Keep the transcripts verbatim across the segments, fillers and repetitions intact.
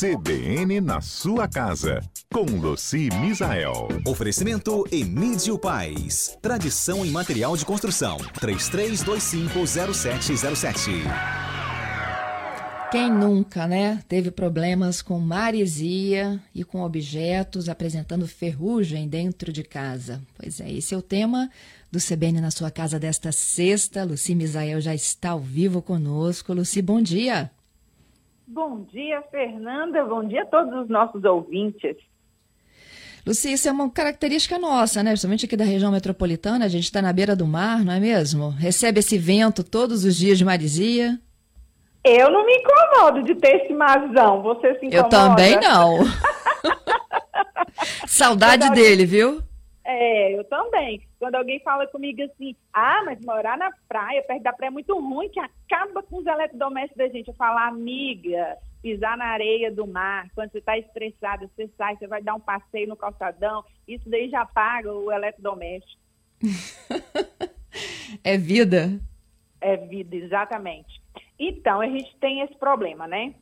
C B N na sua casa, com Lucy Misael. Oferecimento Emídio Paz. Tradição em material de construção. três três dois cinco zero sete zero sete. Quem nunca, né, teve problemas com maresia e com objetos apresentando ferrugem dentro de casa? Pois é, esse é o tema do C B N na sua casa desta sexta. Lucy Misael já está ao vivo conosco. Lucy, bom dia. Bom dia, Fernanda. Bom dia a todos os nossos ouvintes. Lucy, isso é uma característica nossa, né? Principalmente aqui da região metropolitana, a gente está na beira do mar, não é mesmo? Recebe esse vento todos os dias de maresia. Eu não me incomodo de ter esse marzão. Você se incomoda? Eu também não. Saudade alguém... dele, viu? É, eu também. Quando alguém fala comigo assim, ah, mas morar na praia, perto da praia é muito ruim, que acaba com os eletrodomésticos da gente. Eu falo, amiga, pisar na areia do mar, quando você está estressada, você sai, você vai dar um passeio no calçadão, isso daí já paga o eletrodoméstico. É vida. É vida, exatamente. Então, a gente tem esse problema, né?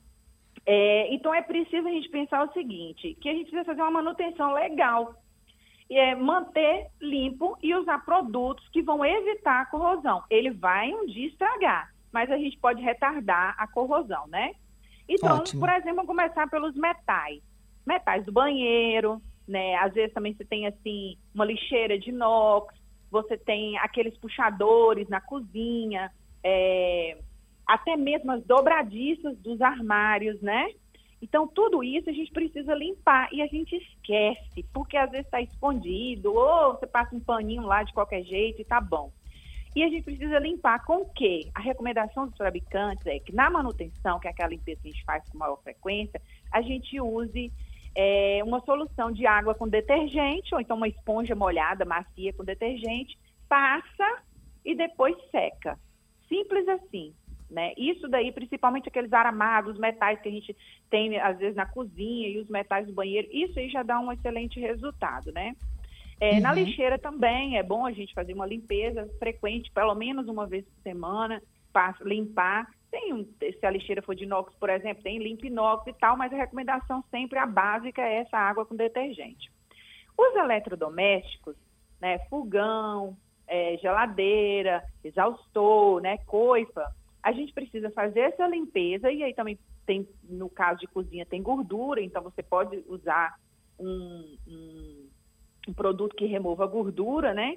É, então, é preciso a gente pensar o seguinte, que a gente precisa fazer uma manutenção legal, e é manter limpo e usar produtos que vão evitar a corrosão. Ele vai um dia estragar, mas a gente pode retardar a corrosão, né? Então, Ótimo. Por exemplo, vamos começar pelos metais. Metais do banheiro, né? Às vezes também você tem, assim, uma lixeira de inox, você tem aqueles puxadores na cozinha, é... até mesmo as dobradiças dos armários, né? Então, tudo isso a gente precisa limpar e a gente esquece, porque às vezes está escondido, ou você passa um paninho lá de qualquer jeito e tá bom. E a gente precisa limpar com o quê? A recomendação dos fabricantes é que na manutenção, que é aquela limpeza que a gente faz com maior frequência, a gente use é, uma solução de água com detergente, ou então uma esponja molhada, macia com detergente, passa e depois seca. Simples assim. Né? Isso daí, principalmente aqueles aramados, metais que a gente tem, às vezes, na cozinha e os metais do banheiro, isso aí já dá um excelente resultado, né? É, uhum. Na lixeira também é bom a gente fazer uma limpeza frequente, pelo menos uma vez por semana, para limpar. Tem um, se a lixeira for de inox, por exemplo, tem limpa inox e tal, mas a recomendação sempre, a básica, é essa água com detergente. Os eletrodomésticos, né, fogão, é, geladeira, exaustor, né, coifa, a gente precisa fazer essa limpeza, e aí também tem, no caso de cozinha, tem gordura, então você pode usar um, um, um produto que remova a gordura, né?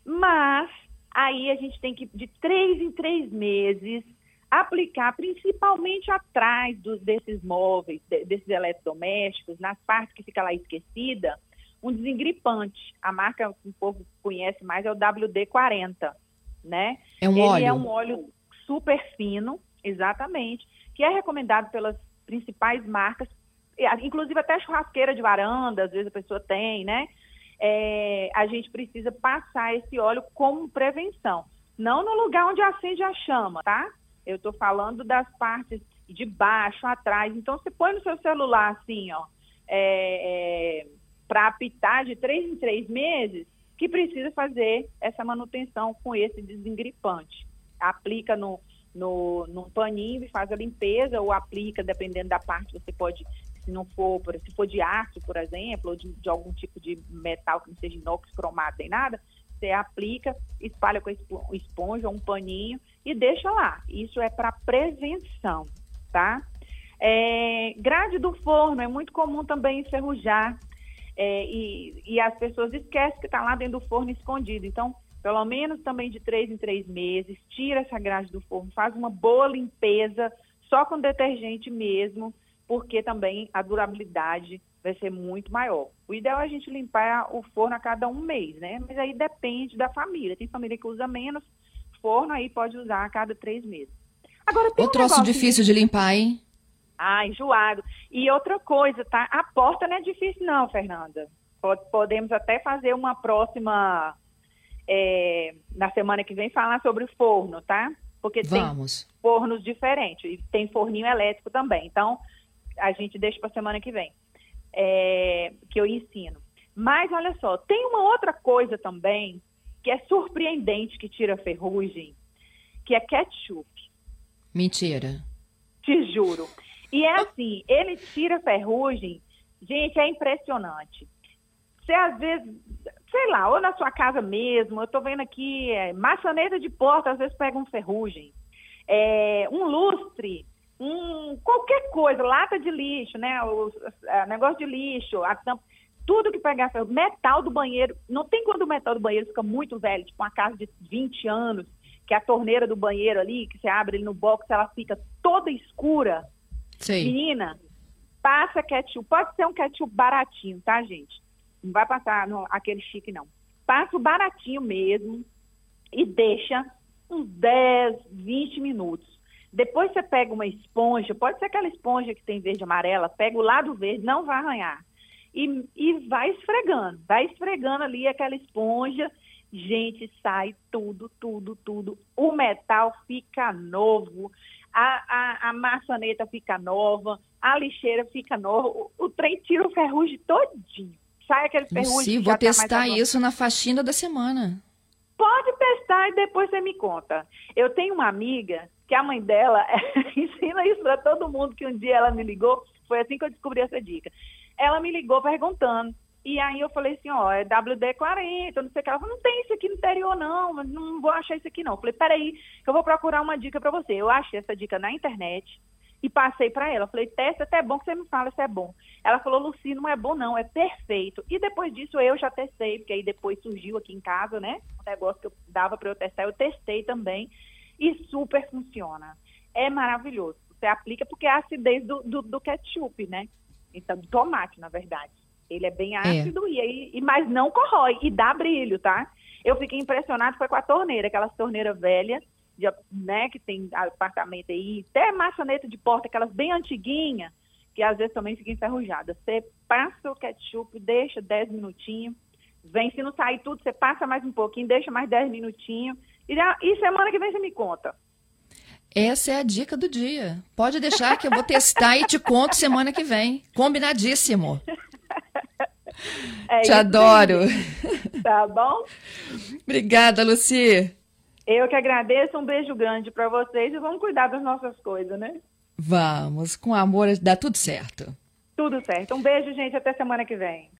Mas aí a gente tem que, de três em três meses, aplicar principalmente atrás dos, desses móveis, de, desses eletrodomésticos, nas partes que fica lá esquecida, um desengripante. A marca que o povo conhece mais é o W D quarenta, né? É um Ele óleo? É um óleo super fino, exatamente, que é recomendado pelas principais marcas, inclusive até churrasqueira de varanda, às vezes a pessoa tem, né? É, a gente precisa passar esse óleo como prevenção. Não no lugar onde acende a chama, tá? Eu estou falando das partes de baixo, atrás. Então, você põe no seu celular assim, ó, é, é, para apitar de três em três meses, que precisa fazer essa manutenção com esse desengripante. Aplica no, no, num paninho e faz a limpeza, ou aplica, dependendo da parte, você pode, se não for, se for de aço, por exemplo, ou de, de algum tipo de metal que não seja inox, cromado, nem nada, você aplica, espalha com a esponja ou um paninho e deixa lá. Isso é para prevenção, tá? É, grade do forno, é muito comum também enferrujar, é, e, e as pessoas esquecem que está lá dentro do forno escondido. Então, pelo menos também de três em três meses, tira essa grade do forno, faz uma boa limpeza, só com detergente mesmo, porque também a durabilidade vai ser muito maior. O ideal é a gente limpar o forno a cada um mês, né? Mas aí depende da família. Tem família que usa menos forno, aí pode usar a cada três meses. Agora, tem o um troço difícil de... de limpar, hein? Ah, enjoado. E outra coisa, tá? A porta não é difícil não, Fernanda. Podemos até fazer uma próxima... É, na semana que vem, falar sobre forno, tá? Porque Vamos. Tem fornos diferentes, e tem forninho elétrico também. Então, a gente deixa para a semana que vem, é, que eu ensino. Mas, olha só, tem uma outra coisa também que é surpreendente, que tira ferrugem, que é ketchup. Mentira. Te juro. E é assim, ele tira ferrugem, gente, é impressionante. Você às vezes, sei lá, ou na sua casa mesmo, eu tô vendo aqui, é, maçaneta de porta, às vezes pega um ferrugem. É, um lustre, um, qualquer coisa, lata de lixo, né? O, o negócio de lixo, a tampa, tudo que pegar ferrugem, metal do banheiro. Não tem quando o metal do banheiro fica muito velho, tipo uma casa de vinte anos, que a torneira do banheiro ali, que você abre ele no box, ela fica toda escura. Sim. Menina, passa ketchup, pode ser um ketchup baratinho, tá, gente? Não vai passar no, aquele chique, não. Passa o baratinho mesmo e deixa uns dez, vinte minutos. Depois você pega uma esponja, pode ser aquela esponja que tem verde e amarela, pega o lado verde, não vai arranhar. E, e vai esfregando, vai esfregando ali aquela esponja. Gente, sai tudo, tudo, tudo. O metal fica novo, a, a, a maçaneta fica nova, a lixeira fica nova, o, o trem tira o ferrugem todinho. Sai aquele ferrugem. Lucy, vou testar isso na faxina da semana. Pode testar e depois você me conta. Eu tenho uma amiga que a mãe dela ensina isso para todo mundo, que um dia ela me ligou, foi assim que eu descobri essa dica. Ela me ligou perguntando, e aí eu falei assim, ó, é W D quarenta, não sei o que. Ela falou, não tem isso aqui no interior não, não vou achar isso aqui não. Eu falei, peraí, que eu vou procurar uma dica para você. Eu achei essa dica na internet e passei para ela. Eu falei, testa, até é bom que você me fala se é bom. Ela falou, Lucy, não é bom não, é perfeito. E depois disso eu já testei, porque aí depois surgiu aqui em casa, né, um negócio que eu dava para eu testar, eu testei também e super funciona. É maravilhoso. Você aplica porque é a acidez do, do, do ketchup, né? Então, do tomate, na verdade. Ele é bem ácido, é. e aí, e, mas não corrói e dá brilho, tá? Eu fiquei impressionada, foi com a torneira, aquelas torneiras velhas, de, né, que tem apartamento aí, até maçaneta de porta, aquelas bem antiguinhas, que às vezes também ficam enferrujadas. Você passa o ketchup, deixa dez minutinhos, vem, se não sair tudo, você passa mais um pouquinho, deixa mais dez minutinhos, e, e semana que vem você me conta. Essa é a dica do dia. Pode deixar que eu vou testar e te conto semana que vem. Combinadíssimo. É te adoro. Aí. Tá bom? Obrigada, Lucy. Eu que agradeço, um beijo grande para vocês e vamos cuidar das nossas coisas, né? Vamos, com amor dá tudo certo. Tudo certo. Um beijo, gente, até semana que vem.